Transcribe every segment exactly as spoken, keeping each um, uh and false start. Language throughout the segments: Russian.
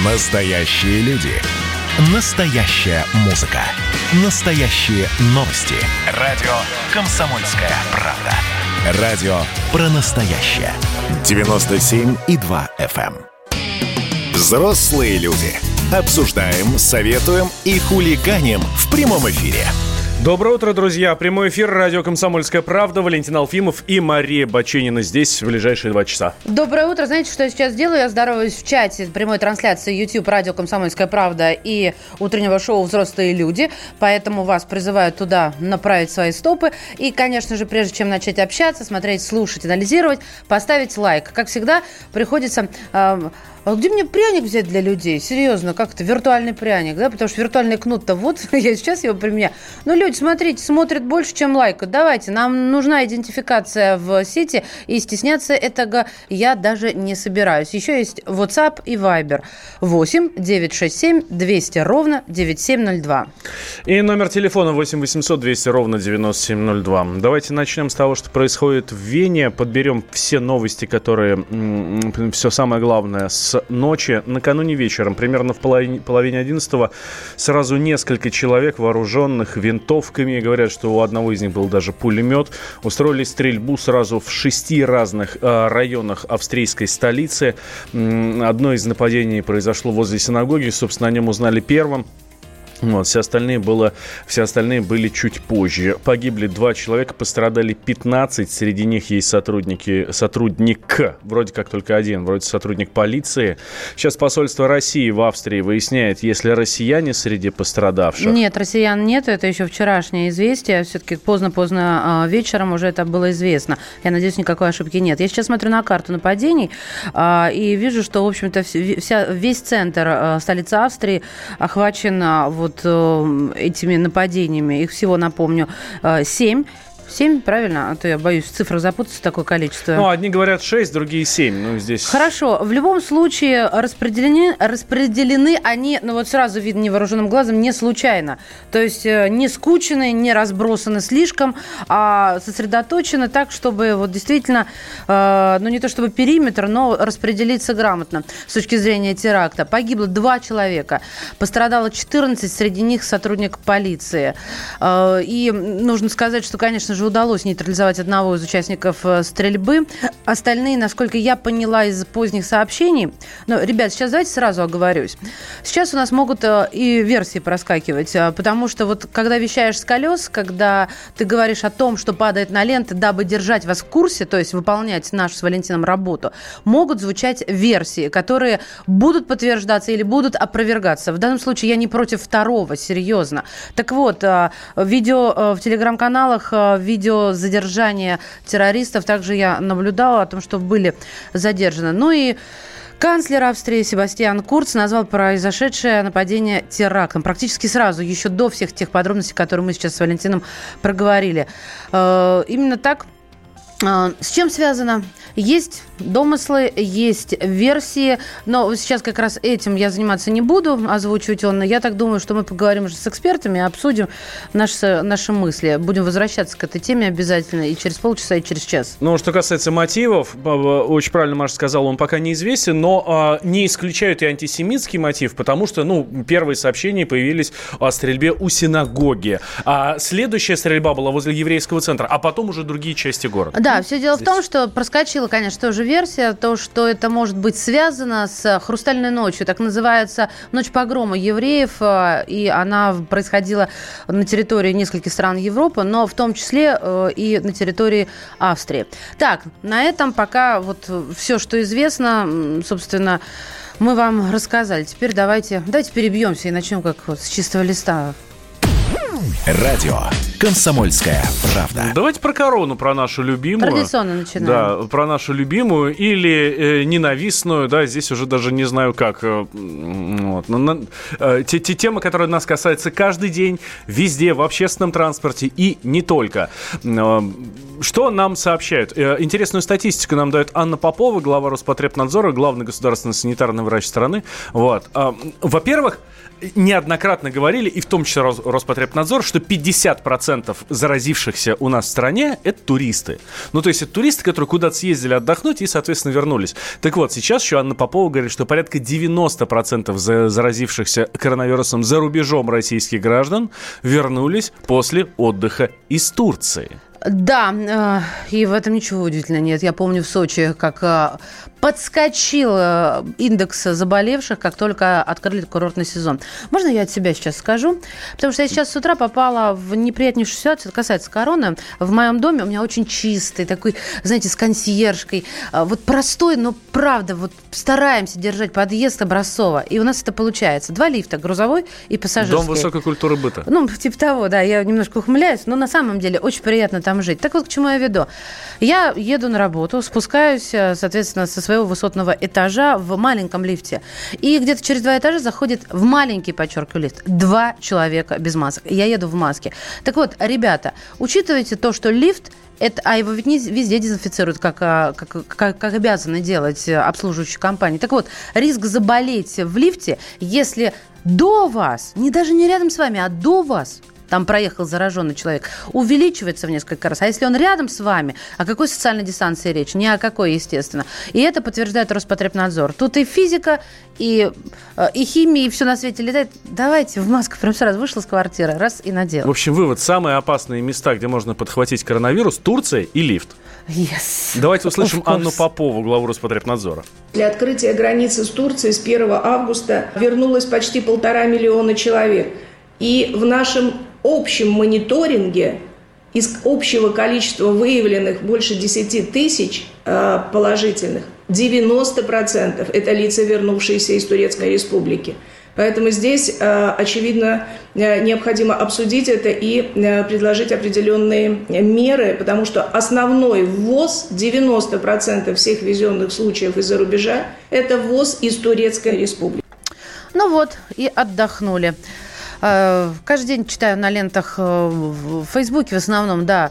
Настоящие люди. Настоящая музыка. Настоящие новости. Радио «Комсомольская правда». Радио про настоящее. девяносто семь и два эф эм. Взрослые люди. Обсуждаем, советуем и хулиганим в прямом эфире. Доброе утро, друзья. Прямой эфир, радио «Комсомольская правда». Валентин Алфимов и Мария Баченина здесь в ближайшие два часа. Доброе утро. Знаете, что я сейчас делаю? Я здороваюсь в чате прямой трансляции YouTube, радио «Комсомольская правда» и утреннего шоу «Взрослые люди». Поэтому вас призываю туда направить свои стопы. И, конечно же, прежде чем начать общаться, смотреть, слушать, анализировать, поставить лайк. Как всегда, приходится... Э, А где мне пряник взять для людей? Серьезно, как это? Виртуальный пряник, да? Потому что виртуальный кнут-то вот, я сейчас его применяю. Ну, люди, смотрите, смотрят больше, чем лайкают. Давайте, нам нужна идентификация в сети, и стесняться этого я даже не собираюсь. Еще есть WhatsApp и Viber. восемь девятьсот шестьдесят семь двести ровно девяносто семь ноль два. И номер телефона восемь восемьсот двести ровно девяносто семь ноль два. Давайте начнем с того, что происходит в Вене. Подберем все новости, которые... Все самое главное с ночи. Накануне вечером, примерно в половине, половине одиннадцатого, сразу несколько человек, вооруженных винтовками, говорят, что у одного из них был даже пулемет, устроили стрельбу сразу в шести разных э, районах австрийской столицы. Одно из нападений произошло возле синагоги, собственно, о нем узнали первым. Вот, все остальные было, все остальные были чуть позже. Погибли два человека, пострадали пятнадцать. Среди них есть сотрудники, сотрудник, вроде как только один, вроде сотрудник полиции. Сейчас посольство России в Австрии выясняет, есть ли россияне среди пострадавших. Нет, россиян нет, это еще вчерашнее известие. Все-таки поздно-поздно вечером уже это было известно. Я надеюсь, никакой ошибки нет. Я сейчас смотрю на карту нападений и вижу, что, в общем-то, вся, весь центр столицы Австрии охвачен вот этими нападениями. Их всего, напомню, семь. Семь, правильно? А то я боюсь в цифрах запутаться, такое количество. Ну, одни говорят шесть, другие семь. Ну, здесь... Хорошо. В любом случае распределены, распределены они, ну вот сразу видно невооруженным глазом, не случайно. То есть не скучены, не разбросаны слишком, а сосредоточены так, чтобы вот действительно, э, ну не то чтобы периметр, но распределиться грамотно с точки зрения теракта. Погибло два человека, пострадало четырнадцать, среди них сотрудник полиции. Э, и нужно сказать, что, конечно же, удалось нейтрализовать одного из участников стрельбы. Остальные, насколько я поняла из поздних сообщений... Ну, ребят, сейчас давайте сразу оговорюсь. Сейчас у нас могут и версии проскакивать, потому что вот когда вещаешь с колес, когда ты говоришь о том, что падает на ленты, дабы держать вас в курсе, то есть выполнять нашу с Валентином работу, могут звучать версии, которые будут подтверждаться или будут опровергаться. В данном случае я не против второго, серьезно. Так вот, видео в телеграм-каналах, видео задержания террористов. Также я наблюдала о том, что были задержаны. Ну и канцлер Австрии Себастьян Курц назвал произошедшее нападение терактом. Практически сразу, еще до всех тех подробностей, которые мы сейчас с Валентином проговорили. Именно так. С чем связано? Есть домыслы, есть версии, но сейчас как раз этим я заниматься не буду, озвучивать он. Я так думаю, что мы поговорим уже с экспертами, обсудим наши, наши мысли. Будем возвращаться к этой теме обязательно и через полчаса, и через час. Ну, что касается мотивов, очень правильно Маша сказала, он пока неизвестен, но э, не исключают и антисемитский мотив, потому что, ну, первые сообщения появились о стрельбе у синагоги. А следующая стрельба была возле еврейского центра, а потом уже другие части города. Да, все дело Здесь. в том, что проскочила, конечно, тоже версия, то, что это может быть связано с «Хрустальной ночью», так называется «Ночь погрома евреев», и она происходила на территории нескольких стран Европы, но в том числе и на территории Австрии. Так, на этом пока вот все, что известно, собственно, мы вам рассказали. Теперь давайте, давайте перебьемся и начнем как вот с чистого листа. Радио «Комсомольская правда». Давайте про корону, про нашу любимую. Традиционно начинаем. Да, про нашу любимую или э, ненавистную, да, здесь уже даже не знаю как. Э, вот, но, на, э, те, те темы, которые нас касаются каждый день, везде, в общественном транспорте и не только. Э, что нам сообщают? Э, интересную статистику нам дает Анна Попова, глава Роспотребнадзора, главный государственный санитарный врач страны. Вот. Э, во-первых, неоднократно говорили, и в том числе Роспотребнадзор, Роспотребнадзор, что пятьдесят процентов заразившихся у нас в стране – это туристы. Ну, то есть это туристы, которые куда-то съездили отдохнуть и, соответственно, вернулись. Так вот, сейчас еще Анна Попова говорит, что порядка девяносто процентов заразившихся коронавирусом за рубежом российских граждан вернулись после отдыха из Турции. Да, и в этом ничего удивительного нет. Я помню в Сочи, как подскочил индекс заболевших, как только открыли курортный сезон. Можно я от себя сейчас скажу? Потому что я сейчас с утра попала в неприятнейшую ситуацию, это касается короны. В моем доме у меня очень чистый, такой, знаете, с консьержкой. Вот простой, но правда, вот стараемся держать подъезд образцово. И у нас это получается. Два лифта, грузовой и пассажирский. Дом высокой культуры быта. Ну, типа того, да. Я немножко ухмыляюсь, но на самом деле очень приятно там жить. Так вот, к чему я веду. Я еду на работу, спускаюсь, соответственно, со своего высотного этажа в маленьком лифте. И где-то через два этажа заходит в маленький, подчеркиваю, лифт. Два человека без масок. Я еду в маске. Так вот, ребята, учитывайте то, что лифт это, а его ведь не везде дезинфицируют, как, как, как, как обязаны делать обслуживающие компании. Так вот, риск заболеть в лифте, если до вас, не даже не рядом с вами, а до вас, там проехал зараженный человек, увеличивается в несколько раз. А если он рядом с вами, о какой социальной дистанции речь? Ни о какой, естественно. И это подтверждает Роспотребнадзор. Тут и физика, и, и химия, и все на свете летает. Давайте в маску прям сразу вышла с квартиры, раз и надела. В общем, вывод. Самые опасные места, где можно подхватить коронавирус, Турция и лифт. Yes. Давайте услышим Анну Попову, главу Роспотребнадзора. Для открытия границы с Турцией с первого августа вернулось почти полтора миллиона человек. И в нашем общем мониторинге из общего количества выявленных больше десять тысяч э, положительных, девяносто процентов это лица, вернувшиеся из Турецкой Республики. Поэтому здесь, э, очевидно, э, необходимо обсудить это и э, предложить определенные меры, потому что основной ввоз, девяносто процентов всех ввезенных случаев из-за рубежа, это ввоз из Турецкой Республики. Ну вот, и отдохнули. Каждый день читаю на лентах в Фейсбуке в основном, да,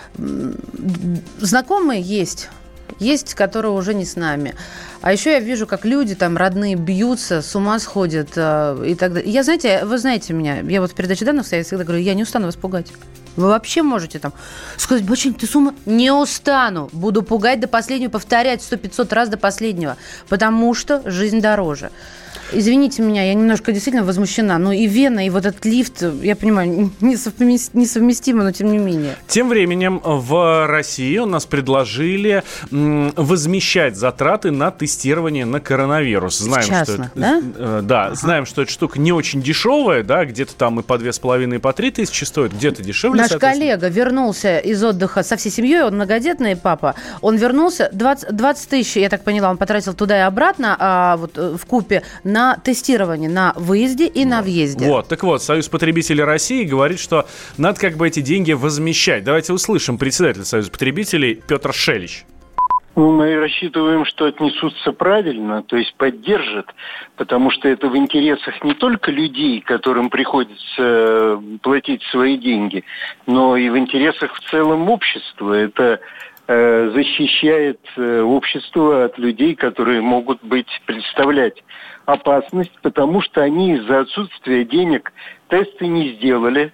знакомые есть, есть, которые уже не с нами. А еще я вижу, как люди там родные бьются, с ума сходят и так далее. Я, знаете, вы знаете меня, я вот в передаче данных я всегда говорю, я не устану вас пугать. Вы вообще можете там сказать, Бочень, ты с ума? Не устану. Буду пугать до последнего, повторять сто-пятьсот раз до последнего, потому что жизнь дороже. Извините меня, я немножко действительно возмущена. Ну и Вена, и вот этот лифт, я понимаю, несовместимо, но тем не менее. Тем временем в России у нас предложили м, возмещать затраты на тестирование на коронавирус. Знаем, Частно, что это, да? Э, да, ага. Знаем, что эта штука не очень дешевая, да, где-то там и по две с половиной, и по три тысячи стоит, где-то дешевле. Наш коллега вернулся из отдыха со всей семьей, он многодетный папа, он вернулся, двадцать, двадцать тысяч, я так поняла, он потратил туда и обратно, а вот вкупе на на тестирование на выезде и на въезде. Вот, так вот, Союз потребителей России говорит, что надо как бы эти деньги возмещать. Давайте услышим председателя Союза потребителей Петр Шелищ. Ну, мы рассчитываем, что отнесутся правильно, то есть поддержат, потому что это в интересах не только людей, которым приходится платить свои деньги, но и в интересах в целом общества. Это э, защищает э, общество от людей, которые могут быть, представлять опасность, потому что они из-за отсутствия денег тесты не сделали.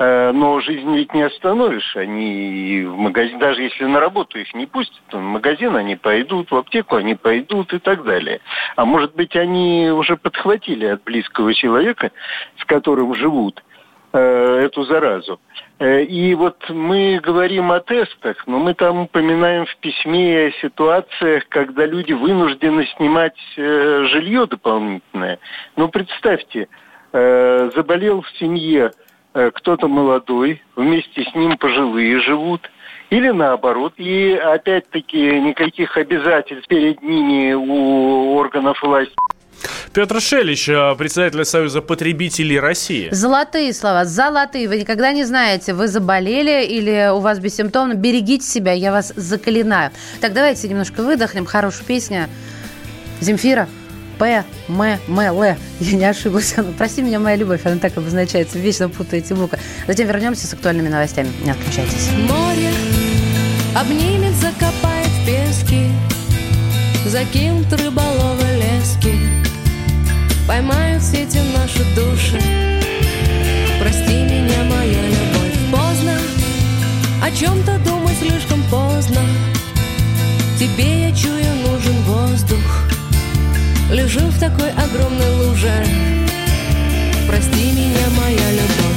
Но жизнь ведь не остановишь. Они в магазин, даже если на работу их не пустят, то в магазин они пойдут, в аптеку они пойдут и так далее. А может быть, они уже подхватили от близкого человека, с которым живут, эту заразу. И вот мы говорим о тестах, но мы там упоминаем в письме о ситуациях, когда люди вынуждены снимать жилье дополнительное. Ну, представьте, заболел в семье кто-то молодой, вместе с ним пожилые живут, или наоборот. И опять-таки никаких обязательств перед ними у органов власти. Петр Шелищ, председатель Союза потребителей России. Золотые слова, золотые. Вы никогда не знаете, вы заболели или у вас бессимптомно. Берегите себя, я вас заклинаю. Так, давайте немножко выдохнем. Хорошая песня Земфира. П, М, М, Л. Я не ошиблась. Прости меня, моя любовь, она так обозначается. Вечно путаете буквы. Затем вернемся с актуальными новостями. Не отключайтесь. Море обнимет, закопает в пески, закинут рыболовы лески, поймают сети наши души, Прости меня, моя любовь, поздно о чем-то думать слишком поздно. Тебе, я чую, нужен воздух. Лежу в такой огромной луже. Прости меня, моя любовь.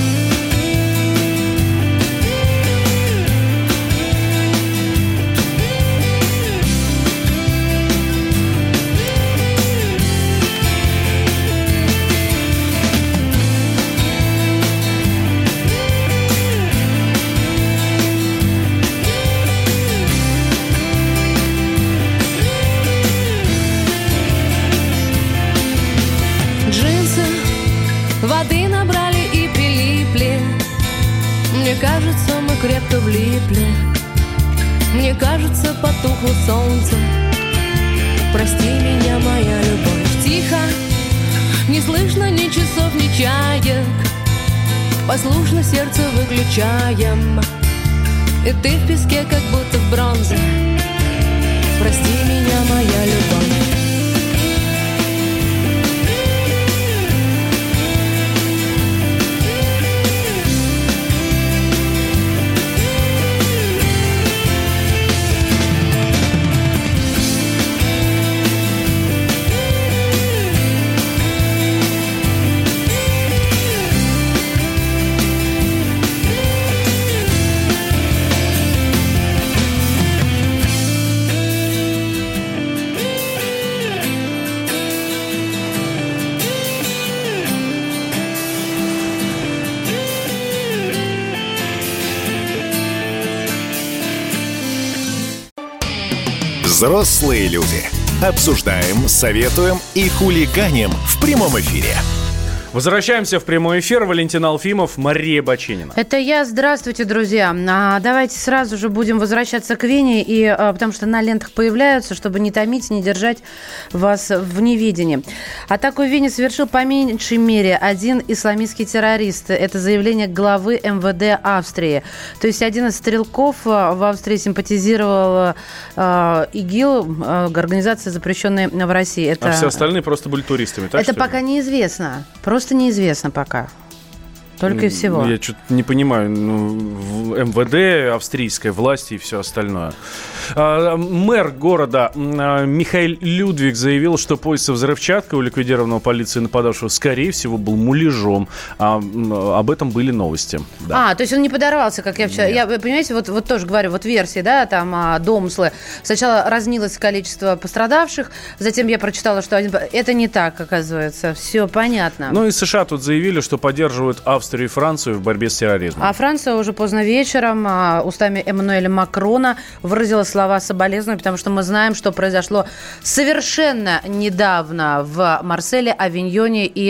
Воды набрали и прилипли. Мне кажется, мы крепко влипли. Мне кажется, потухло солнце. Прости меня, моя любовь. Тихо, не слышно ни часов, ни чаек. Послушно сердце выключаем. И ты в песке, как будто в бронзе. Прости меня, моя любовь. Взрослые люди. Обсуждаем, советуем и хулиганим в прямом эфире. Возвращаемся в прямой эфир. Валентин Алфимов, Мария Баченина. Это я. Здравствуйте, друзья. А, давайте сразу же будем возвращаться к Вене, и, а, потому что на лентах появляются, чтобы не томить, не держать вас в неведении. Атаку в Вене совершил по меньшей мере один исламистский террорист. Это заявление главы эм вэ дэ Австрии. То есть один из стрелков в Австрии симпатизировал а, ИГИЛ, а, организация, запрещенная в России. Это... А все остальные просто были туристами, так Это что ли? пока неизвестно. Просто неизвестно пока. Только и всего. Я что-то не понимаю. Ну, эм вэ дэ, австрийская власть и все остальное. А, мэр города а, Михаил Людвиг заявил, что поезд со взрывчаткой у ликвидированного полицией нападавшего, скорее всего, был муляжом. А, об этом были новости. Да. А, то есть он не подорвался, как я вчера... Я, понимаете, вот, вот тоже говорю, вот версии, да, там, а, домыслы. Сначала разнилось количество пострадавших, затем я прочитала, что один... Это не так, оказывается. Все понятно. Ну и США тут заявили, что поддерживают Австрию и Францию в борьбе с терроризмом. А Франция уже поздно вечером а, устами Эммануэля Макрона выразила слова соболезнования, потому что мы знаем, что произошло совершенно недавно в Марселе, Авиньоне и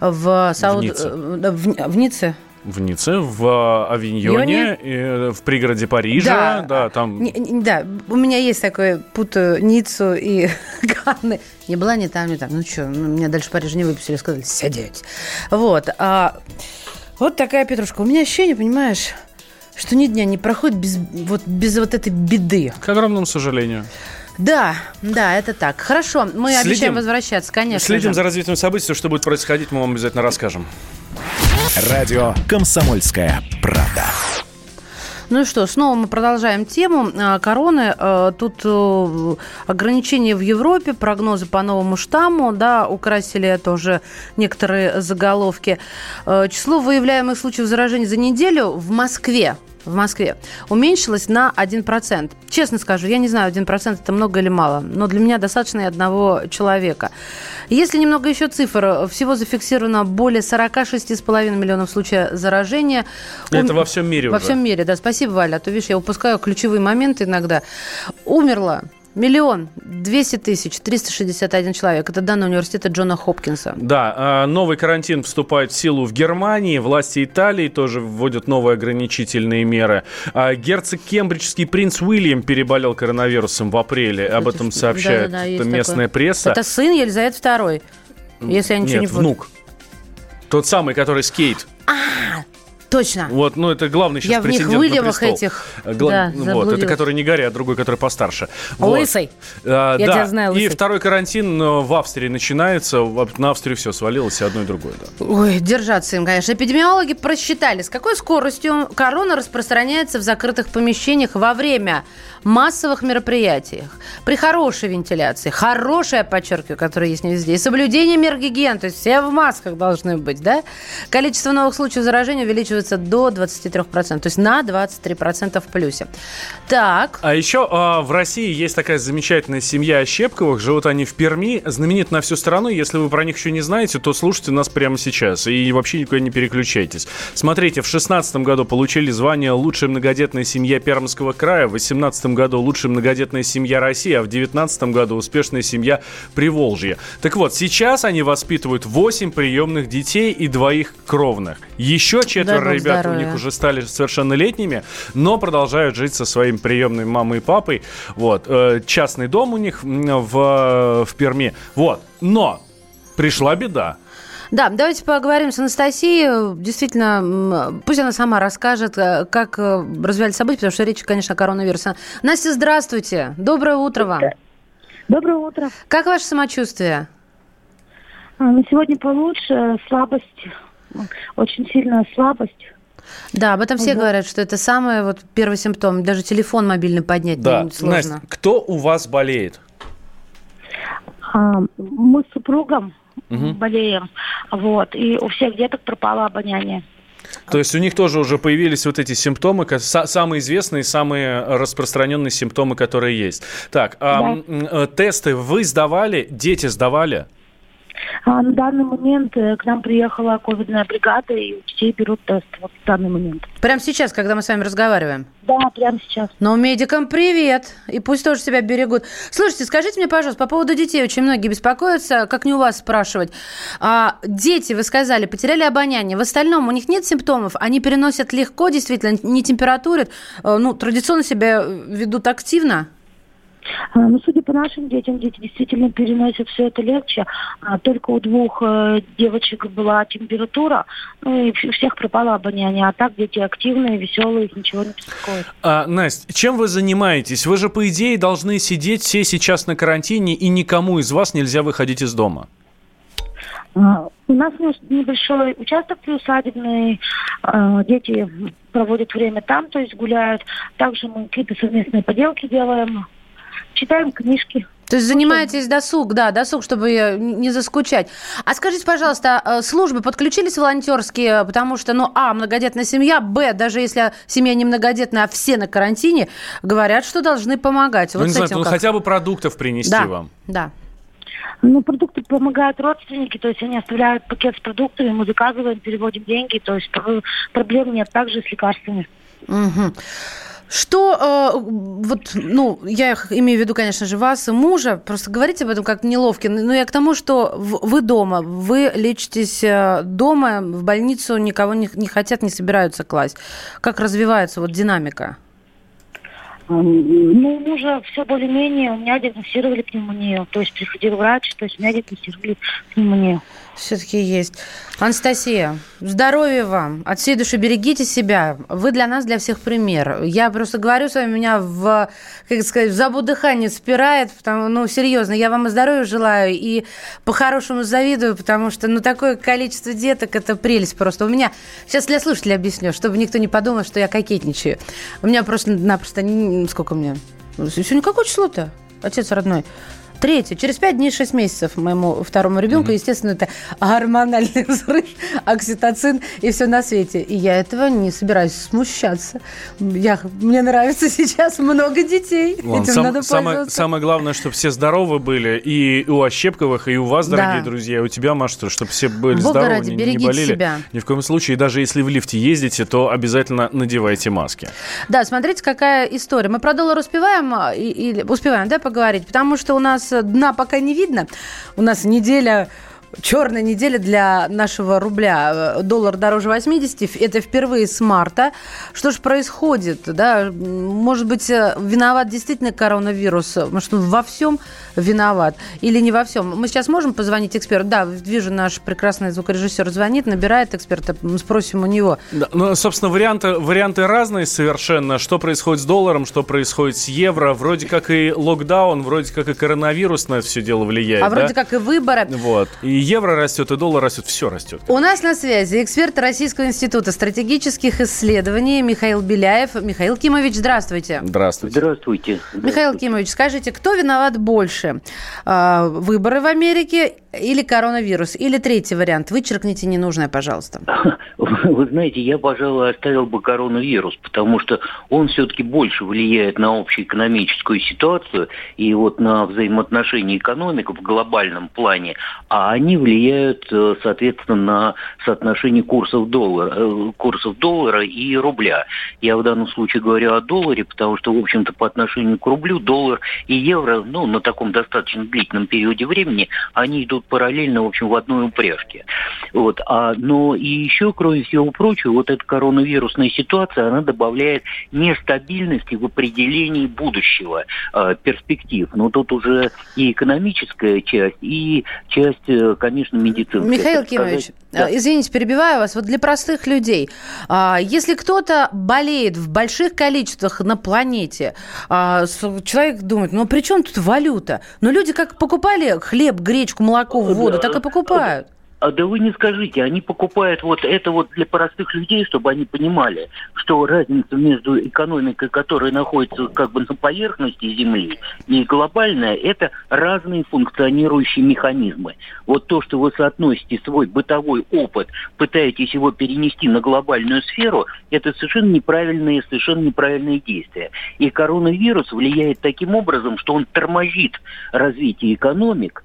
в, Сауд... в Ницце. в, в Ницце. В Ницце, в Авиньоне, и в пригороде Парижа. Да, да, там... не, не, да, у меня есть такое, путаю Ниццу и Канны. Не была ни там, ни там. Ну что, ну, меня дальше в Париже не выпустили, сказали, сядете. Вот. А, вот такая петрушка. У меня ощущение, понимаешь, что ни дня не проходит без вот, без вот этой беды. К огромному сожалению. Да, да, это так. Хорошо, мы Следим. обещаем возвращаться, конечно. Следим же. за развитием событий, что будет происходить, мы вам обязательно расскажем. Радио «Комсомольская правда». Ну и что, снова мы продолжаем тему короны. Тут ограничения в Европе, прогнозы по новому штамму, да, украсили тоже некоторые заголовки. Число выявляемых случаев заражения за неделю в Москве в Москве уменьшилось на один процент. Честно скажу, я не знаю, один процент это много или мало, но для меня достаточно и одного человека. Если немного еще цифр, всего зафиксировано более сорок шесть целых пять десятых миллионов случаев заражения. Это Ум... во всем мире Во уже. всем мире, да. Спасибо, Валя, а то, видишь, я упускаю ключевые моменты иногда. Умерло миллион двести тысяч триста шестьдесят один человек. Это данные университета Джона Хопкинса. Да, новый карантин вступает в силу в Германии. Власти Италии тоже вводят новые ограничительные меры. Герцог кембриджский принц Уильям переболел коронавирусом в апреле. Об этом сообщает да, да, да, местная такое. пресса. Это сын Елизавет второй, если я ничего Нет, не внук. Тот самый, который с Кейт. А, Точно. Вот, ну, это главный сейчас Я претендент в них на престол. этих, Гла... да, вот, это который не Гарри, а другой, который постарше. Вот. Лысый. А, Я да. тебя знаю, лысый. И второй карантин в Австрии начинается. На Австрию все свалилось, и одно и другое. Да. Ой, держаться им, конечно. Эпидемиологи просчитали, с какой скоростью корона распространяется в закрытых помещениях во время массовых мероприятий. При хорошей вентиляции, хорошая, подчеркиваю, которая есть не везде, и соблюдение мер гигиены, то есть все в масках должны быть, да? Количество новых случаев заражения увеличивается до двадцать три процента, то есть на двадцать три процента в плюсе. Так. А еще э, в России есть такая замечательная семья Ощепковых, живут они в Перми, знаменит на всю страну. Если вы про них еще не знаете, то слушайте нас прямо сейчас и вообще никуда не переключайтесь. Смотрите, в шестнадцатом году получили звание «Лучшая многодетная семья Пермского края», в восемнадцатом году «Лучшая многодетная семья России», а в девятнадцатом году «Успешная семья Приволжья». Так вот, сейчас они воспитывают восемь приемных детей и двоих кровных. Еще четверо ребят здоровья. У них уже стали совершеннолетними, но продолжают жить со своим приемным мамой и папой. Вот. Частный дом у них в, в Перми. Вот. Но пришла беда. Да, давайте поговорим с Анастасией. Действительно, пусть она сама расскажет, как развивались события, потому что речь, конечно, о коронавирусе. Настя, здравствуйте. Доброе утро вам. Доброе утро. Как ваше самочувствие? На сегодня получше. Слабость. Очень сильная слабость. Да, об этом все угу. говорят, что это самый вот первый симптом. Даже телефон мобильный поднять да. сложно. Настя, кто у вас болеет? А, мы с супругом угу. болеем. Вот. И у всех деток пропало обоняние. То есть у них тоже уже появились вот эти симптомы, самые известные, самые распространенные симптомы, которые есть. Так, да. а, тесты вы сдавали, дети сдавали? А на данный момент к нам приехала ковидная бригада, и у детей берут тест вот в данный момент. Прямо сейчас, когда мы с вами разговариваем? Да, прямо сейчас. Ну, медикам привет, и пусть тоже себя берегут. Слушайте, скажите мне, пожалуйста, по поводу детей очень многие беспокоятся, как не у вас спрашивать. А, дети, вы сказали, потеряли обоняние, в остальном у них нет симптомов, они переносят легко, действительно, не температурят, ну, традиционно себя ведут активно? Ну, судя по нашим детям, дети действительно переносят все это легче. А, только у двух э, девочек была температура, ну и у всех пропало обоняние. А так дети активные, веселые, их ничего не беспокоит. А, Настя, чем вы занимаетесь? Вы же, по идее, должны сидеть все сейчас на карантине, и никому из вас нельзя выходить из дома. А, у нас небольшой участок приусадебный. А, дети проводят время там, то есть гуляют. Также мы какие-то совместные поделки делаем. Читаем книжки. То есть занимаетесь досуг, да, досуг, чтобы не заскучать. А скажите, пожалуйста, службы подключились волонтерские, потому что, ну, а, многодетная семья, б, даже если семья не многодетная, а все на карантине, говорят, что должны помогать. Ну, вот не с знаю, этим ну, как? хотя бы продуктов принести да, вам. Да, Ну, продукты помогают родственники, то есть они оставляют пакет с продуктами, мы заказываем, переводим деньги, то есть проблем нет, также с лекарствами. Угу. Что, э, вот, ну, я имею в виду, конечно же, вас и мужа, просто говорите об этом как неловко, но я к тому, что вы дома, вы лечитесь дома, в больницу никого не, не хотят, не собираются класть. Как развивается вот динамика? Ну, у мужа все более-менее, у меня диагностировали пневмонию, то есть приходил врач, то есть меня диагностировали пневмонию. Все-таки есть. Анастасия, здоровья вам. От всей души берегите себя. Вы для нас, для всех пример. Я просто говорю с вами, меня в, как сказать, в забу дыхание спирает, потому, ну, серьезно, я вам и здоровья желаю, и по-хорошему завидую, потому что, ну, такое количество деток, это прелесть просто. У меня, сейчас для слушателей объясню, чтобы никто не подумал, что я кокетничаю. У меня просто-напросто, сколько у меня? Сегодня какое число-то, отец родной? Третье. Через пять дней, шесть месяцев моему второму ребенку, mm-hmm. естественно, это гормональный взрыв, окситоцин и все на свете. И я этого не собираюсь смущаться. Я, мне нравится сейчас много детей. Ладно, Этим сам, надо самое, самое главное, чтобы все здоровы были. И у Ощепковых, и у вас, дорогие да. друзья, и у тебя, Маша, чтобы все были Бога здоровы, ради, не, берегите не болели. себя. Ни в коем случае. И даже если в лифте ездите, то обязательно надевайте маски. Да, смотрите, какая история. Мы про доллар успеваем, и, и, успеваем, да, поговорить? Потому что у нас дна пока не видно. У нас неделя черная неделя для нашего рубля. Доллар дороже восьмидесяти. Это впервые с марта. Что же происходит? Да? Может быть, виноват действительно коронавирус? Может, он во всем виноват? Или не во всем? Мы сейчас можем позвонить эксперту? Да, вижу, наш прекрасный звукорежиссер звонит, набирает эксперта. Мы спросим у него. Да, ну, собственно, варианты, варианты разные совершенно. Что происходит с долларом, что происходит с евро. Вроде как и локдаун, вроде как и коронавирус на это все дело влияет. А да? вроде как и выборы. Вот. И евро растет, и доллар растет, все растет. У нас на связи эксперт Российского института стратегических исследований Михаил Беляев. Михаил Кимович, здравствуйте. Здравствуйте. Здравствуйте. Михаил Кимович, скажите, кто виноват больше? Выборы в Америке или коронавирус? Или третий вариант? Вычеркните ненужное, пожалуйста. Вы знаете, я, пожалуй, оставил бы коронавирус, потому что он все-таки больше влияет на общеэкономическую ситуацию и вот на взаимоотношения экономик в глобальном плане, а они влияют, соответственно, на соотношение курсов доллара, курсов доллара и рубля. Я в данном случае говорю о долларе, потому что, в общем-то, по отношению к рублю доллар и евро, ну, на таком достаточно длительном периоде времени, они идут параллельно, в общем, в одной упряжке. Вот. А, но и еще, кроме всего прочего, вот эта коронавирусная ситуация, она добавляет нестабильности в определении будущего, э, перспектив. Но тут уже и экономическая часть, и часть, конечно, медицинская. Михаил Кимович, да. Извините, перебиваю вас. Вот для простых людей, если кто-то болеет в больших количествах на планете, человек думает, ну при чем тут валюта? Но люди как покупали хлеб, гречку, молоко, воду, так и покупают. А да вы не скажите, они покупают вот это вот для простых людей, чтобы они понимали, что разница между экономикой, которая находится как бы на поверхности Земли, и глобальная, это разные функционирующие механизмы. Вот то, что вы соотносите свой бытовой опыт, пытаетесь его перенести на глобальную сферу, это совершенно неправильные, совершенно неправильные действия. И коронавирус влияет таким образом, что он тормозит развитие экономик.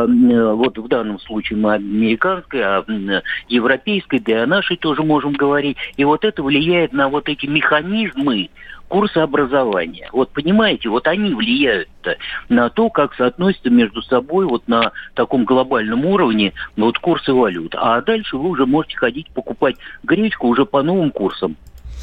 Вот в данном случае мы американской, а европейской, да и о нашей тоже можем говорить. И вот это влияет на вот эти механизмы курсообразования. Вот понимаете, вот они влияют на то, как соотносятся между собой вот на таком глобальном уровне вот курсы валют. А дальше вы уже можете ходить покупать гречку уже по новым курсам.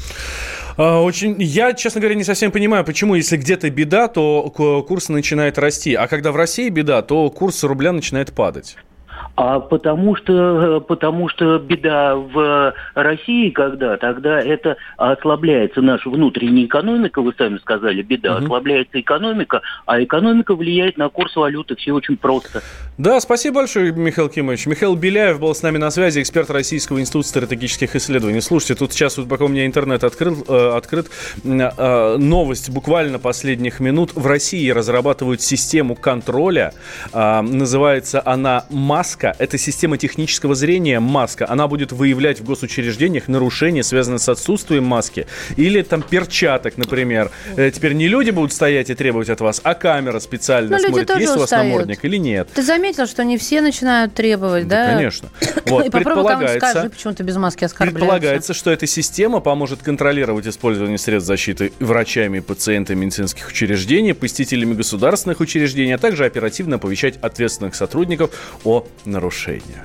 Очень, я, честно говоря, не совсем понимаю, почему, если где-то беда, то курс начинает расти, а когда в России беда, то курс рубля начинает падать. А потому что, потому что беда в России, когда тогда это ослабляется наша внутренняя экономика, вы сами сказали, беда, угу. Ослабляется экономика, а экономика влияет на курс валюты, все очень просто. Да, спасибо большое, Михаил Кимович. Михаил Беляев был с нами на связи, эксперт Российского института стратегических исследований. Слушайте, тут сейчас, вот, пока у меня интернет открыл, э, открыт, э, новость буквально последних минут. В России разрабатывают систему контроля, э, называется она «Маска». Это система технического зрения «Маска». Она будет выявлять в госучреждениях нарушения, связанные с отсутствием маски. Или там перчаток, например. Теперь не люди будут стоять и требовать от вас, а камера специально Но смотрит, есть у вас устают. намордник или нет. Ты заметил, что не все начинают требовать, да? Да, конечно. Вот, и попробуй кому-нибудь скажи, почему ты без маски оскорбляешься. Предполагается, что эта система поможет контролировать использование средств защиты врачами и пациентами медицинских учреждений, посетителями государственных учреждений, а также оперативно оповещать ответственных сотрудников о нарушениях.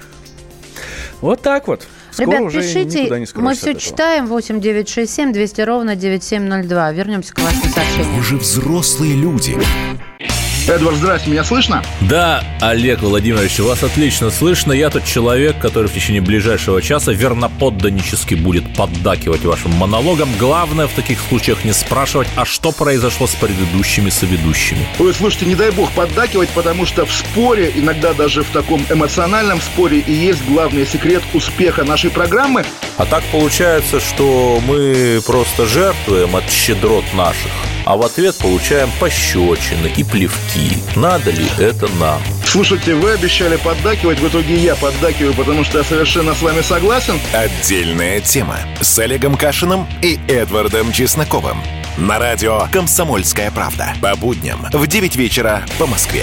Вот так вот. Скоро Ребят, уже пишите, мы все читаем. восемь девятьсот шестьдесят семь двести ровно девяносто семь ноль два. Вернемся к вашим сообщениям. Вы же взрослые люди. Эдвард, здрасте, меня слышно? Да, Олег Владимирович, вас отлично слышно. Я тот человек, который в течение ближайшего часа верноподданнически будет поддакивать вашим монологам. Главное в таких случаях не спрашивать, а что произошло с предыдущими соведущими. Ой, слушайте, не дай бог поддакивать, потому что в споре, иногда даже в таком эмоциональном споре, и есть главный секрет успеха нашей программы. А так получается, что мы просто жертвуем от щедрот наших, а в ответ получаем пощечины и плевки. Надо ли это нам? Слушайте, вы обещали поддакивать, в итоге я поддакиваю, потому что я совершенно с вами согласен. Отдельная тема с Олегом Кашиным и Эдвардом Чесноковым. На радио «Комсомольская правда». По будням в девять вечера по Москве.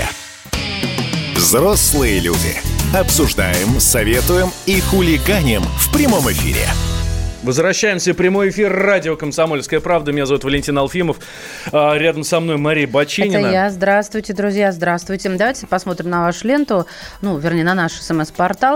Взрослые люди. Обсуждаем, советуем и хулиганим в прямом эфире. Возвращаемся в прямой эфир радио «Комсомольская правда». Меня зовут Валентин Алфимов. А, рядом со мной Мария Бачинина. Это я. Здравствуйте, друзья. Здравствуйте. Давайте посмотрим на вашу ленту, ну, вернее, на наш СМС-портал.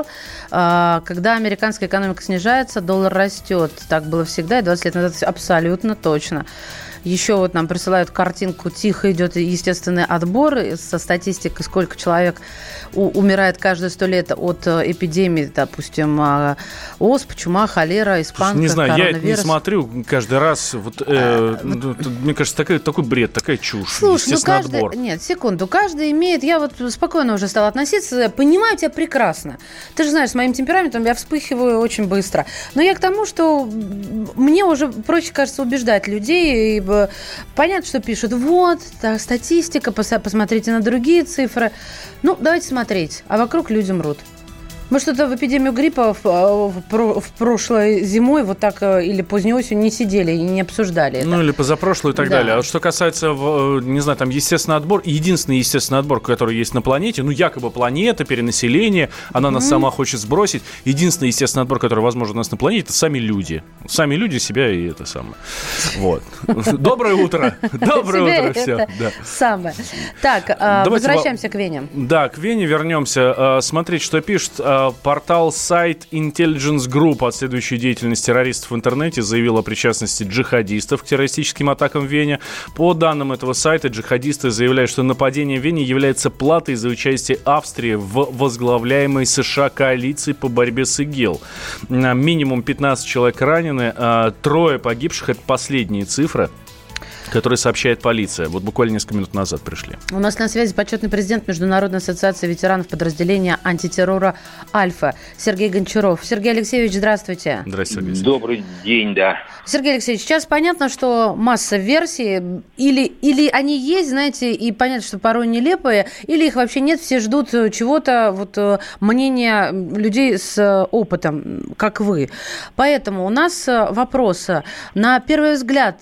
А, когда американская экономика снижается, доллар растет. Так было всегда, и двадцать лет назад абсолютно точно. Еще вот нам присылают картинку, тихо идет естественный отбор со статистикой, сколько человек у, умирает каждые сто лет от эпидемии, допустим, оспа, чума, холера, испанка, не знаю, коронавирус. Я это не смотрю каждый раз. Вот, э, а, вот, мне кажется, такой, такой бред, такая чушь. Слушай, естественный ну каждый, отбор. Нет, секунду. Каждый имеет... Я вот спокойно уже стала относиться. Понимаю тебя прекрасно. Ты же знаешь, с моим темпераментом я вспыхиваю очень быстро. Но я к тому, что мне уже проще, кажется, убеждать людей. И понятно, что пишут, вот, да, статистика, пос- посмотрите на другие цифры. Ну, давайте смотреть. А вокруг люди мрут. Мы что-то в эпидемию гриппа в, в, в прошлой зимой вот так или поздней осенью не сидели и не обсуждали это. Ну, или позапрошлую и так да. далее. А что касается, не знаю, там, естественный отбор, единственный естественный отбор, который есть на планете, ну, якобы планета, перенаселение, она нас mm-hmm. сама хочет сбросить. Единственный естественный отбор, который возможен у нас на планете, это сами люди. Сами люди себя и это самое. Вот. Доброе утро. Доброе утро. Все. Самое. Так, возвращаемся к Вене. Да, к Вене вернемся. Смотрите, что пишет портал сайт Intelligence Group от следующей деятельности террористов в интернете заявил о причастности джихадистов к террористическим атакам в Вене. По данным этого сайта, джихадисты заявляют, что нападение в Вене является платой за участие Австрии в возглавляемой США коалиции по борьбе с ИГИЛ. Минимум пятнадцать человек ранены, трое погибших – это последние цифры, которые сообщает полиция. Вот буквально несколько минут назад пришли. У нас на связи почетный президент Международной ассоциации ветеранов подразделения антитеррора «Альфа» Сергей Гончаров. Сергей Алексеевич, здравствуйте. Здравствуйте, Сергей. Добрый день, да. Сергей Алексеевич, сейчас понятно, что масса версий, или, или они есть, знаете, и понятно, что порой нелепые, или их вообще нет, все ждут чего-то, вот мнения людей с опытом, как вы. Поэтому у нас вопрос. На первый взгляд,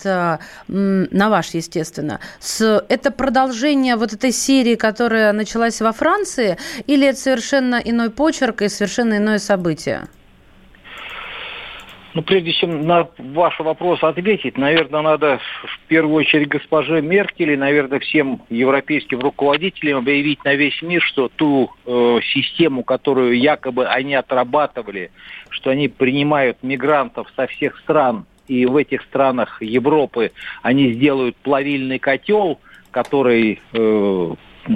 на ваш, естественно, с, это продолжение вот этой серии, которая началась во Франции, или это совершенно иной почерк и совершенно иное событие? Ну, прежде чем на ваш вопрос ответить, наверное, надо в первую очередь госпоже Меркель и, наверное, всем европейским руководителям объявить на весь мир, что ту э, систему, которую якобы они отрабатывали, что они принимают мигрантов со всех стран, и в этих странах Европы они сделают плавильный котел, который э,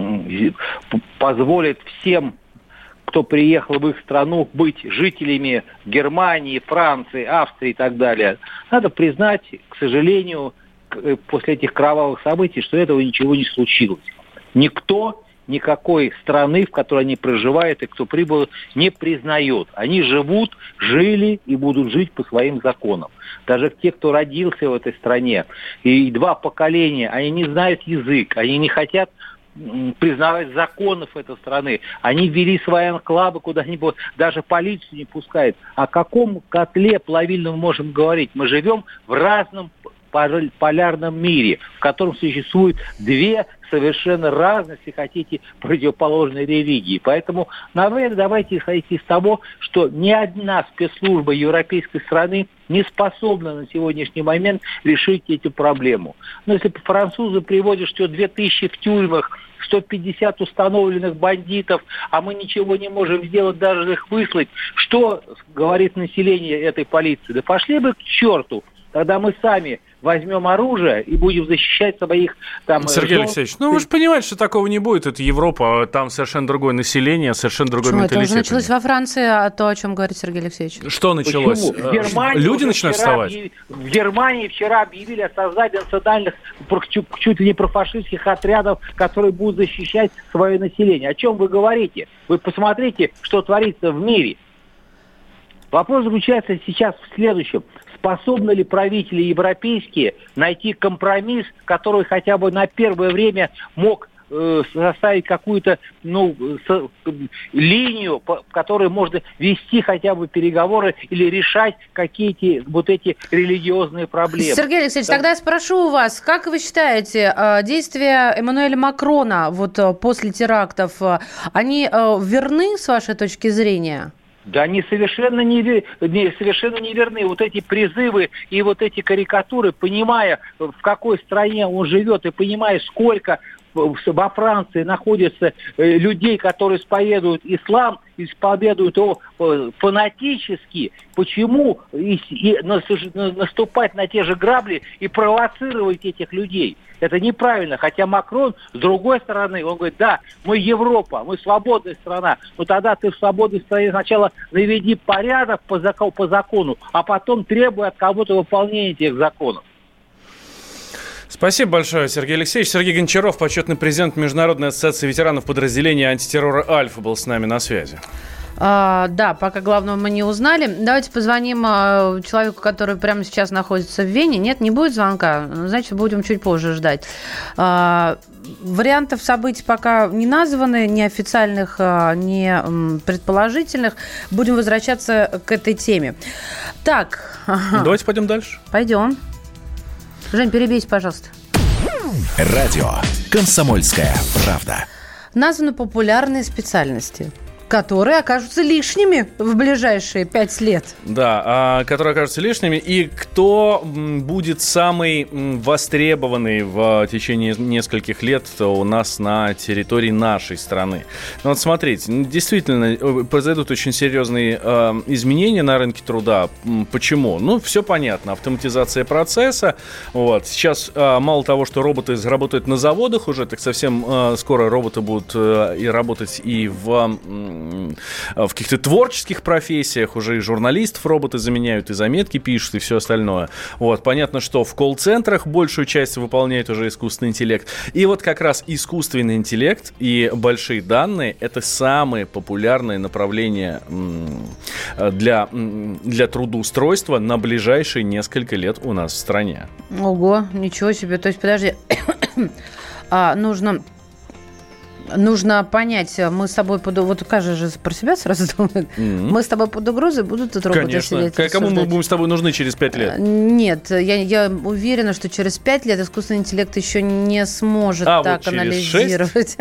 позволит всем, кто приехал в их страну, быть жителями Германии, Франции, Австрии и так далее. Надо признать, к сожалению, после этих кровавых событий, что этого ничего не случилось. Никто никакой страны, в которой они проживают и кто прибыл, не признает. Они живут, жили и будут жить по своим законам. Даже те, кто родился в этой стране, и два поколения, они не знают язык, они не хотят признавать законов этой страны. Они ввели свои анклавы куда-нибудь, даже полицию не пускают. О каком котле плавильном мы можем говорить? Мы живем в разном полярном мире, в котором существует две совершенно разные, если хотите, противоположные религии. Поэтому, наверное, давайте исходить из того, что ни одна спецслужба европейской страны не способна на сегодняшний момент решить эту проблему. Но если французы приводят, что две тысячи в тюрьмах, сто пятьдесят установленных бандитов, а мы ничего не можем сделать, даже их выслать, что говорит население этой полиции? Да пошли бы к черту! Тогда мы сами возьмем оружие и будем защищать своих там... Сергей жен... Алексеевич, ну вы же понимаете, что такого не будет. Это Европа, там совершенно другое население, совершенно другой Почему? менталитет. Это уже началось во Франции, а то, о чем говорит Сергей Алексеевич. Что началось? В Германии Люди начинают вставать? Объяв... В Германии вчера объявили о создании национальных, чуть, чуть ли не профашистских отрядов, которые будут защищать свое население. О чем вы говорите? Вы посмотрите, что творится в мире. Вопрос заключается сейчас в следующем. Способны ли правители европейские найти компромисс, который хотя бы на первое время мог э, составить какую-то ну, с, линию, по которой можно вести хотя бы переговоры или решать какие-то вот эти религиозные проблемы? Сергей Алексеевич, да. Тогда я спрошу у вас, как вы считаете, действия Эммануэля Макрона вот после терактов, они верны с вашей точки зрения? Да они совершенно не, не, совершенно неверны. Вот эти призывы и вот эти карикатуры, понимая, в какой стране он живет, и понимая, сколько во Франции находится людей, которые исповедуют ислам, исповедуют его фанатически, почему и, и наступать на те же грабли и провоцировать этих людей? Это неправильно. Хотя Макрон, с другой стороны, он говорит, да, мы Европа, мы свободная страна. Но тогда ты в свободной стране сначала наведи порядок по закону, по закону, а потом требуй от кого-то выполнения этих законов. Спасибо большое, Сергей Алексеевич. Сергей Гончаров, почетный президент Международной ассоциации ветеранов подразделения антитеррора «Альфа», был с нами на связи. А, да, пока главного мы не узнали. Давайте позвоним а, человеку, который прямо сейчас находится в Вене. Нет, не будет звонка, значит, будем чуть позже ждать. А, вариантов событий пока не названы, ни официальных, а, ни м, предположительных. Будем возвращаться к этой теме. Так. Давайте пойдем дальше. Пойдем. Жень, перебейте, пожалуйста. Радио «Комсомольская правда». Названы популярные специальности, которые окажутся лишними в ближайшие пять лет. Да, которые окажутся лишними. И кто будет самый востребованный в течение нескольких лет у нас на территории нашей страны? Ну вот смотрите, действительно произойдут очень серьезные э, изменения на рынке труда. Почему? Ну, все понятно. Автоматизация процесса. Вот. Сейчас э, мало того, что роботы работают на заводах уже, так совсем э, скоро роботы будут э, и работать и в... в каких-то творческих профессиях, уже и журналистов роботы заменяют, и заметки пишут, и все остальное. Вот, понятно, что в колл-центрах большую часть выполняет уже искусственный интеллект. И вот как раз искусственный интеллект и большие данные – это самые популярные направления для, для трудоустройства на ближайшие несколько лет у нас в стране. Ого, ничего себе. То есть, подожди, а, нужно... Нужно понять, мы с тобой под... Вот каждый же про себя сразу думает. Mm-hmm. Мы с тобой под угрозой, будут тут роботы Конечно. сидеть? Конечно. Кому мы будем с тобой нужны через пять лет? Нет, я, я уверена, что через пять лет искусственный интеллеект еще не сможет а, так вот анализировать.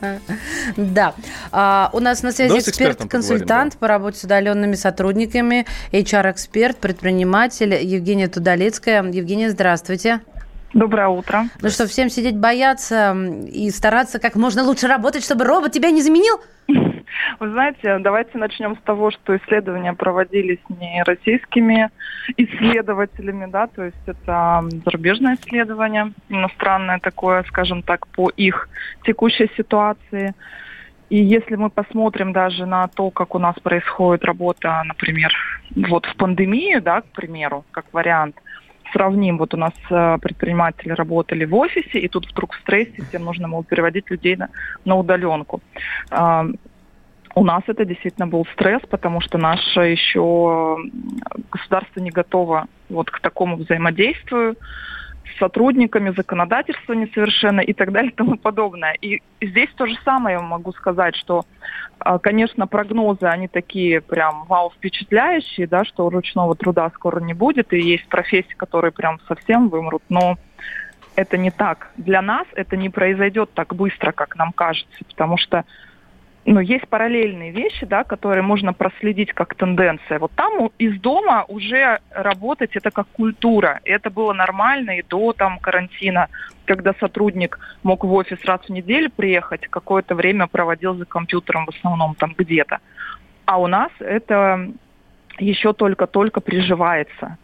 Да. У нас на связи эксперт-консультант по работе с удаленными сотрудниками, эйч ар-эксперт, предприниматель Евгения Тудалецкая. Евгения, здравствуйте. Доброе утро. Ну что, всем сидеть бояться и стараться как можно лучше работать, чтобы робот тебя не заменил? Вы знаете, давайте начнем с того, что исследования проводились не российскими исследователями, да, то есть это зарубежное исследование, иностранное такое, скажем так, по их текущей ситуации. И если мы посмотрим даже на то, как у нас происходит работа, например, вот в пандемию, да, к примеру, как вариант, сравним, вот у нас э, предприниматели работали в офисе, и тут вдруг в стрессе всем нужно было переводить людей на, на удаленку. Э, у нас это действительно был стресс, потому что наше еще государство не готово вот к такому взаимодействию с сотрудниками, законодательство несовершенно и так далее и тому подобное. И здесь то же самое я могу сказать, что, конечно, прогнозы, они такие прям вау впечатляющие, да, что ручного труда скоро не будет, и есть профессии, которые прям совсем вымрут, но это не так. Для нас это не произойдет так быстро, как нам кажется, потому что ну, есть параллельные вещи, да, которые можно проследить как тенденция. Вот там из дома уже работать это как культура. И это было нормально и до там, карантина, когда сотрудник мог в офис раз в неделю приехать, какое-то время проводил за компьютером в основном там где-то. А у нас это еще только-только приживается.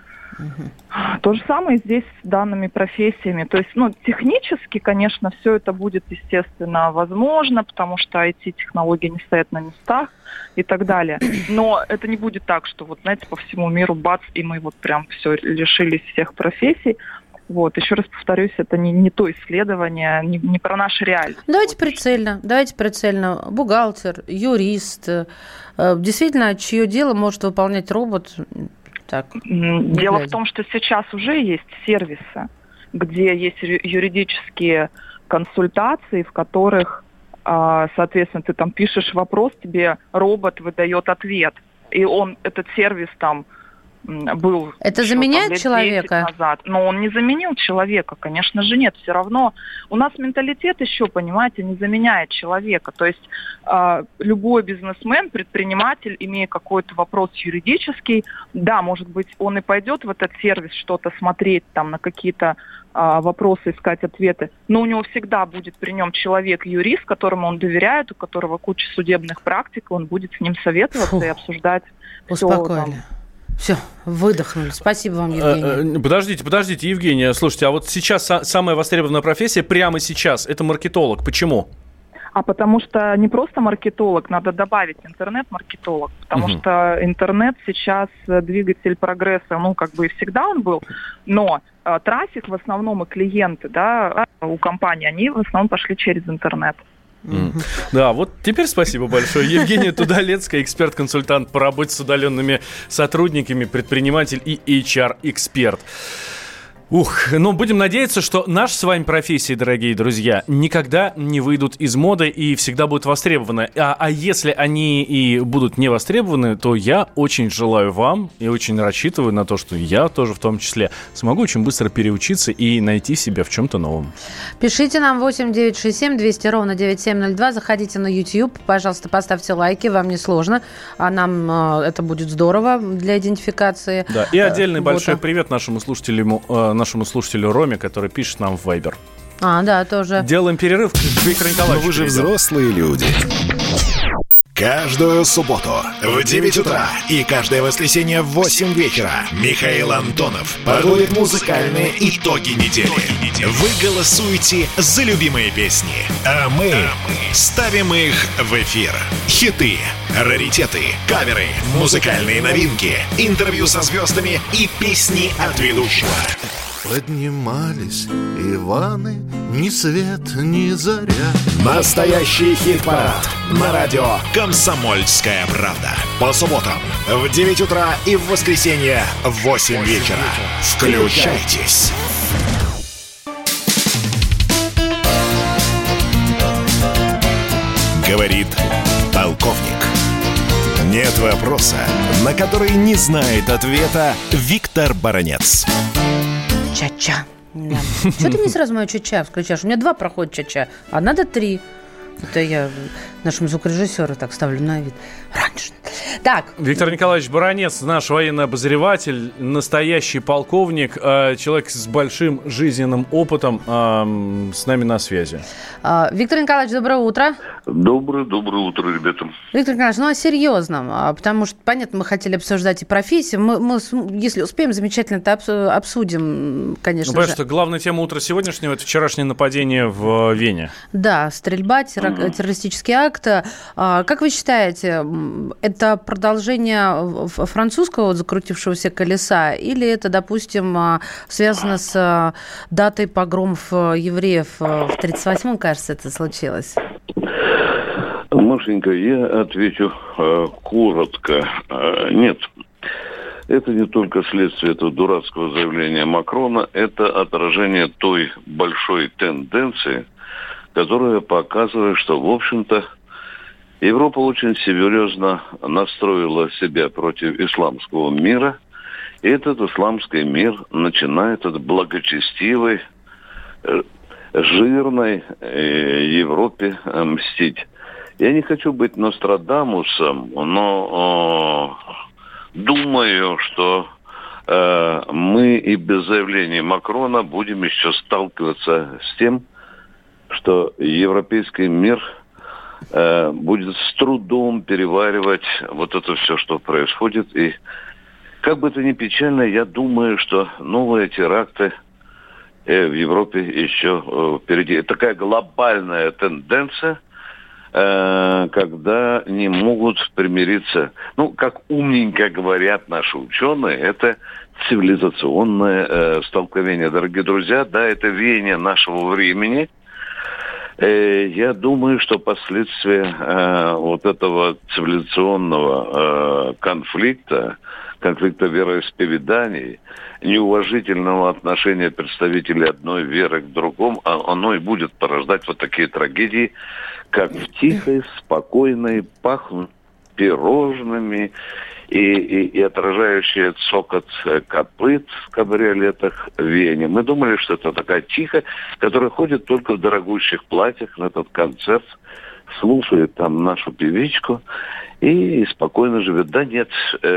Uh-huh. То же самое здесь с данными профессиями. То есть, ну, технически, конечно, все это будет, естественно, возможно, потому что ай ти-технологии не стоят на местах и так далее. Но это не будет так, что, вот, знаете, по всему миру бац, и мы вот прям все лишились всех профессий. Вот, еще раз повторюсь, это не, не то исследование, не, не про наши реалии. Давайте прицельно, давайте прицельно. Бухгалтер, юрист, действительно, чье дело может выполнять робот? Так, Дело в том, что сейчас уже есть сервисы, где есть юридические консультации, в которых, соответственно, ты там пишешь вопрос, тебе робот выдает ответ. И он, этот сервис там был... Это еще, заменяет там, человека? Назад. Но он не заменил человека, конечно же нет. Все равно у нас менталитет еще, понимаете, не заменяет человека. То есть э, любой бизнесмен, предприниматель, имея какой-то вопрос юридический, да, может быть, он и пойдет в этот сервис что-то смотреть, там, на какие-то э, вопросы, искать ответы, но у него всегда будет при нем человек-юрист, которому он доверяет, у которого куча судебных практик, он будет с ним советоваться Фу. и обсуждать. Успокоили. Все, выдохнули. Спасибо вам, Евгений. Подождите, подождите, Евгения, слушайте, а вот сейчас самая востребованная профессия прямо сейчас – это маркетолог. Почему? А потому что не просто маркетолог, надо добавить интернет-маркетолог, потому угу. что интернет сейчас двигатель прогресса, ну, как бы и всегда он был, но э, трафик в основном и клиенты, да, у компании, они в основном пошли через интернет. Mm. Да, вот теперь спасибо большое. Евгения Тудалецкая, эксперт-консультант по работе с удаленными сотрудниками, предприниматель и эйч ар-эксперт. Ух, ну будем надеяться, что наши с вами профессии, дорогие друзья, никогда не выйдут из моды и всегда будут востребованы. А, а если они и будут не востребованы, то я очень желаю вам и очень рассчитываю на то, что я тоже в том числе смогу очень быстро переучиться и найти себя в чем-то новом. Пишите нам восемь девятьсот шестьдесят семь двести ровно девяносто семь ноль два, заходите на YouTube, пожалуйста, поставьте лайки, вам не сложно, а нам э, это будет здорово для идентификации. Да, и отдельный э, большой привет нашему слушателю э, нашему слушателю Роме, который пишет нам в Viber. А, да, тоже. Делаем перерыв. Виктор Николаевич. Но вы же взрослые люди. Каждую субботу в девять утра и каждое воскресенье в восемь вечера Михаил Антонов подводит музыкальные итоги недели. Вы голосуете за любимые песни, а мы ставим их в эфир. Хиты, раритеты, каверы, музыкальные новинки, интервью со звездами и песни от ведущего. Поднимались Иваны, ни свет, ни заря. Настоящий хит-парад на радио «Комсомольская правда». По субботам в девять утра и в воскресенье в восемь вечера. Включайтесь. Говорит полковник. Нет вопроса, на который не знает ответа Виктор Баранец. Ча-ча. Да. Чего ты мне сразу мою ча-ча включаешь? У меня два проходят ча-ча, а надо три. Это я нашему звукорежиссеру так ставлю на вид. Раньше. Так. Виктор Николаевич Баранец, наш военный обозреватель, настоящий полковник, э, человек с большим жизненным опытом, э, с нами на связи. А, Виктор Николаевич, доброе утро. Доброе, доброе утро, ребята. Виктор Николаевич, ну о серьезном, потому что, понятно, мы хотели обсуждать и профессии. Мы, мы если успеем, замечательно это обсудим, конечно ну, же. Ну, что главная тема утра сегодняшнего – это вчерашнее нападение в Вене. Да, стрельба, террор, mm-hmm. террористический акт. А, как вы считаете, это продолжение французского вот, закрутившегося колеса, или это, допустим, связано с датой погромов евреев в тридцать восьмом, кажется, это случилось? Машенька, я отвечу э, коротко. Э, нет, это не только следствие этого дурацкого заявления Макрона, это отражение той большой тенденции, которая показывает, что, в общем-то, Европа очень серьезно настроила себя против исламского мира, и этот исламский мир начинает от благочестивой, жирной Европе мстить. Я не хочу быть Нострадамусом, но э, думаю, что э, мы и без заявления Макрона будем еще сталкиваться с тем, что европейский мир э, будет с трудом переваривать вот это все, что происходит. И как бы это ни печально, я думаю, что новые теракты э, в Европе еще э, впереди. Это такая глобальная тенденция, э, когда не могут примириться. Ну, как умненько говорят наши ученые, это цивилизационное э, столкновение. Дорогие друзья, да, это веяние нашего времени. Я думаю, что последствия э, вот этого цивилизационного э, конфликта, конфликта вероисповеданий, неуважительного отношения представителей одной веры к другому, оно и будет порождать вот такие трагедии, как в тихой, спокойной, пахнут пирожными и, и, и отражающие цокот копыт в кабриолетах в Вене. Мы думали, что это такая тихая, которая ходит только в дорогущих платьях на этот концерт, слушает там нашу певичку и спокойно живет. Да нет,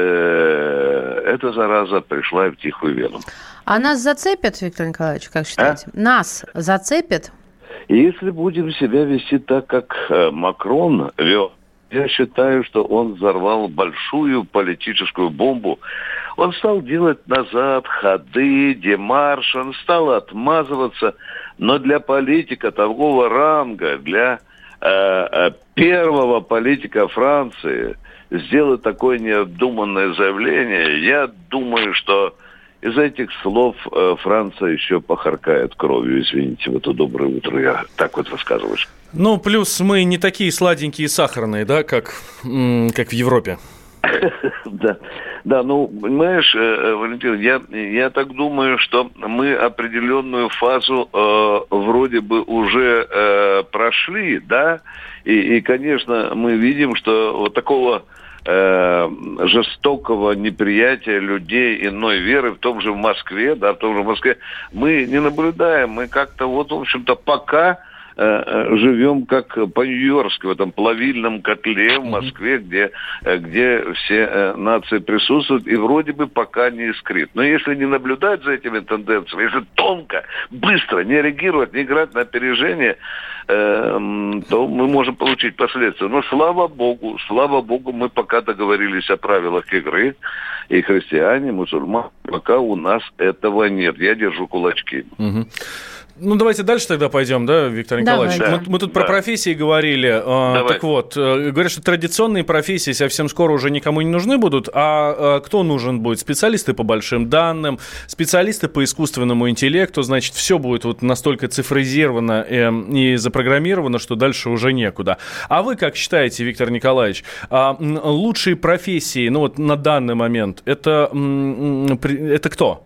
э, эта зараза пришла и в тихую Вену. А нас зацепят, Виктор Николаевич, как считаете? А? Нас зацепят? Если будем себя вести так, как э, Макрон вел, я считаю, что он взорвал большую политическую бомбу. Он стал делать назад ходы, демарш, он стал отмазываться. Но для политика такого ранга, для э, первого политика Франции сделать такое необдуманное заявление, я думаю, что из-за этих слов э, Франция еще похаркает кровью, извините, в это доброе утро я так вот высказываюсь. Ну, плюс мы не такие сладенькие и сахарные, да, как, как в Европе. Да, да, ну, понимаешь, Валентин, я, я так думаю, что мы определенную фазу э, вроде бы уже э, прошли, да, и, и, конечно, мы видим, что вот такого э, жестокого неприятия людей иной веры, в том же в Москве, да, в том же в Москве, мы не наблюдаем, мы как-то вот, в общем-то, пока живем как по-нью-йоркски в этом плавильном котле в Москве, где, где все нации присутствуют, и вроде бы пока не искрит. Но если не наблюдать за этими тенденциями, если тонко, быстро не реагировать, не играть на опережение, э, то мы можем получить последствия. Но слава богу, слава богу, мы пока договорились о правилах игры, и христиане, мусульмане, пока у нас этого нет. Я держу кулачки. Угу. Ну, давайте дальше тогда пойдем, да, Виктор Николаевич? Да. Мы, мы тут да. про профессии говорили. Давай. Так вот, говорят, что традиционные профессии совсем скоро уже никому не нужны будут. А кто нужен будет? Специалисты по большим данным, специалисты по искусственному интеллекту. Значит, все будет вот настолько цифризировано и запрограммировано, что дальше уже некуда. А вы как считаете, Виктор Николаевич, лучшие профессии, ну вот на данный момент, это, это кто?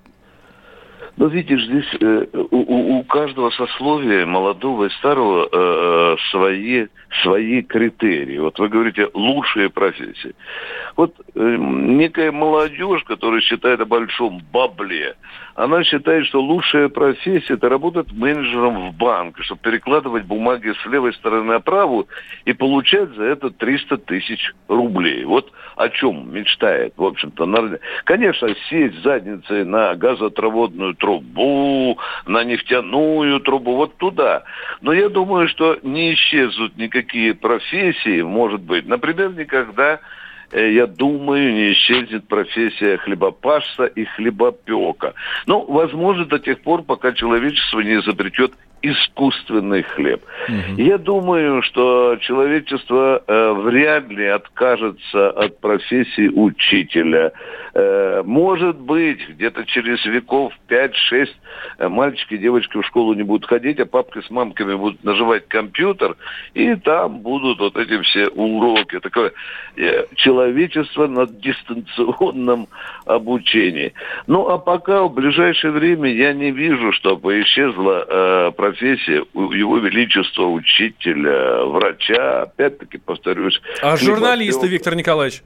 Ну, видишь, здесь э, у, у каждого сословия, молодого и старого, э, свои, свои критерии. Вот вы говорите, лучшие профессии. Вот э, некая молодежь, которая считает о большом бабле, она считает, что лучшая профессия – это работать менеджером в банке, чтобы перекладывать бумаги с левой стороны направо и получать за это триста тысяч рублей. Вот о чем мечтает, в общем-то. Конечно, сесть задницей на газотроводную трубу, на нефтяную трубу, вот туда. Но я думаю, что не исчезнут никакие профессии, может быть. Например, никогда, я думаю, не исчезнет профессия хлебопашца и хлебопека. Ну, возможно, до тех пор, пока человечество не изобретет искусственный хлеб. Mm-hmm. Я думаю, что человечество э, вряд ли откажется от профессии учителя. Э, может быть, где-то через веков пять-шесть э, мальчики и девочки в школу не будут ходить, а папки с мамками будут нажимать компьютер, и там будут вот эти все уроки. Такое э, человечество на дистанционном обучении. Ну, а пока в ближайшее время я не вижу, чтобы исчезла э, профессия профессия его величества, учителя, врача, опять-таки, повторюсь. А журналисты, Виктор Николаевич?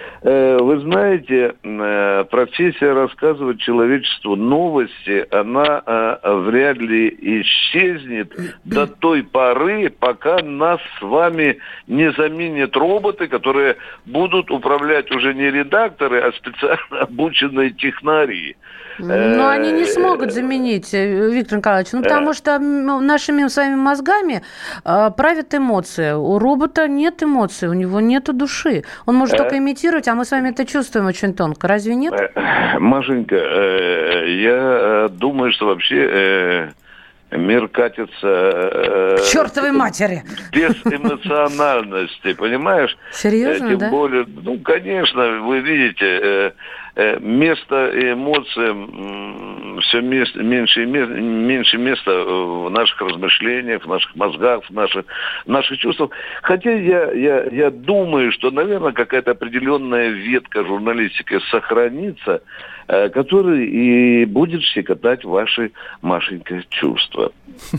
Вы знаете, профессия рассказывать человечеству новости, она вряд ли исчезнет до той поры, пока нас с вами не заменят роботы, которые будут управлять уже не редакторы, а специально обученные технари. Но они не смогут заменить, Виктор Николаевич, ну, потому что нашими своими мозгами э, правят эмоции. У робота нет эмоций, у него нету души. Он может только имитировать, а мы с вами это чувствуем очень тонко. Разве нет? Машенька, э, я думаю, что вообще... Э, мир катится... Э, к чертовой матери! Без эмоциональности, понимаешь? Серьезно, э, Тем да? более, ну, конечно, вы видите, э, э, место эмоциям все место, меньше и меньше, меньше места в наших размышлениях, в наших мозгах, в наших, в наших чувствах. Хотя я, я, я думаю, что, наверное, какая-то определенная ветка журналистики сохранится, которая и будет щекотать ваши, Машенька, чувства. государства.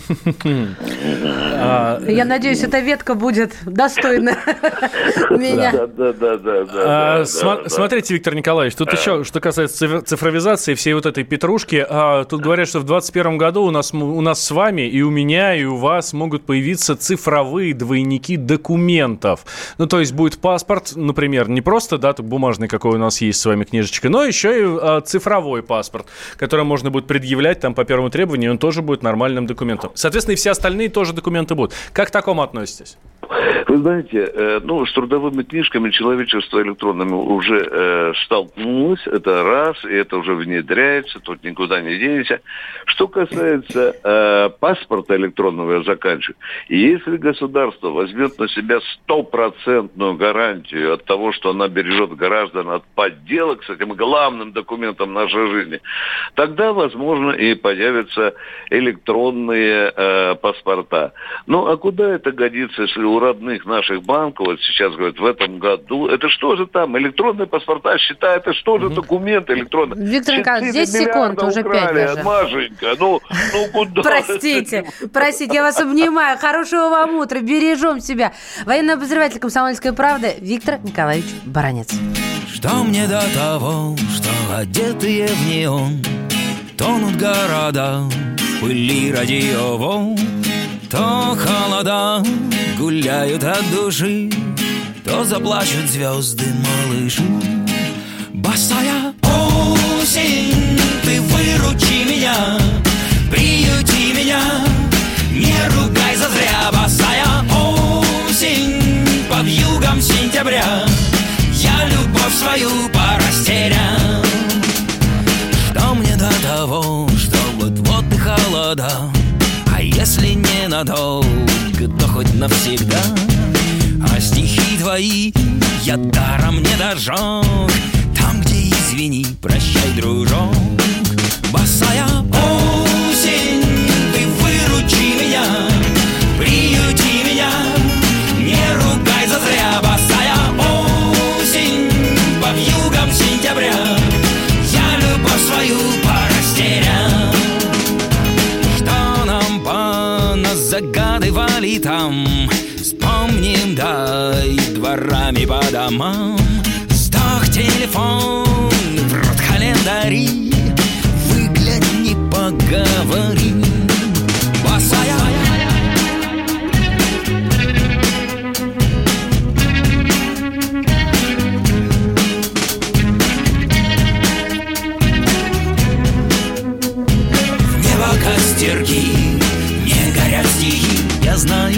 Я надеюсь, эта ветка будет достойна меня. Да, да, да, да. Смотрите, Виктор Николаевич, тут еще, что касается цифровизации всей вот этой петрушки, тут говорят, что в двадцать первом году у нас у нас с вами и у меня, и у вас могут появиться цифровые двойники документов. Ну, то есть будет паспорт, например, не просто, да, бумажный, какой у нас есть с вами книжечка, но еще и цифровой паспорт, который можно будет предъявлять там по первому требованию, он тоже будет нормальным документом. Соответственно, и все остальные тоже документы будут. Как к такому относитесь? Вы знаете, ну, с трудовыми книжками человечество электронными уже э, столкнулось, это раз, и это уже внедряется, тут никуда не денешься. Что касается э, паспорта электронного, я заканчиваю. Если государство возьмет на себя стопроцентную гарантию от того, что она бережет граждан от подделок с этим главным документом нашей жизни, тогда, возможно, и появятся электронные э, паспорта. Ну, а куда это годится, если у родных наших банков, вот сейчас говорят, в этом году, это что же там, электронные паспорта, считают, это что же документы электронные? Виктор Николаевич, десять секунд, уже пять даже. Машенька, ну, ну куда? Простите, простите, я вас обнимаю, хорошего вам утра, бережем себя. Военный обозреватель «Комсомольской правды» Виктор Николаевич Баранец. Что мне до того, что одетые в неон тонут города в пыли радиоволн, то холода гуляют от души, то заплачут звезды малыши. Босая осень, ты выручи меня, приюти меня, не ругай зазря. Босая осень, под югом сентября, я любовь свою порастерял. Что мне до того, что вот-вот и холода, а если ненадолго, то хоть навсегда. А стихи твои я даром не дожег, там, где извини, прощай, дружок. Босая осень, ты выручи меня, приюти меня, не ругай зазря. Босая осень, по вьюгам сентября, я любовь свою порастерял. Загадывали там, вспомним, дай, дворами по домам. Сдох телефон, в рот календари, выгляни, поговори. Босая в небо костерки, не горят стихи, я знаю.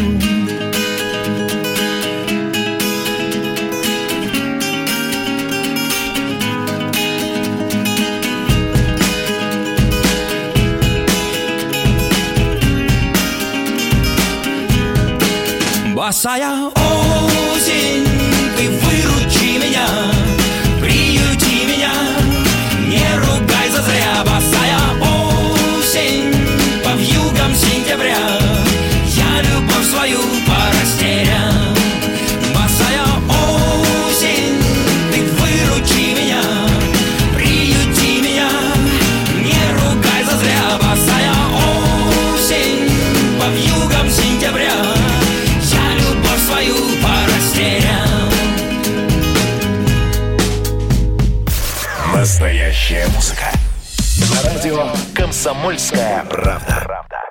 Босая осень, ты выручи меня, приюти меня, не ругай зазря. Босая осень, по вьюгам сентября, я любовь свою порастерял. Босая осень, ты выручи меня, приюти меня, не ругай зазря. Босая осень, по вьюгам сентября, я любовь свою порастерял. Настоящая музыка. На радио «Комсомольская правда».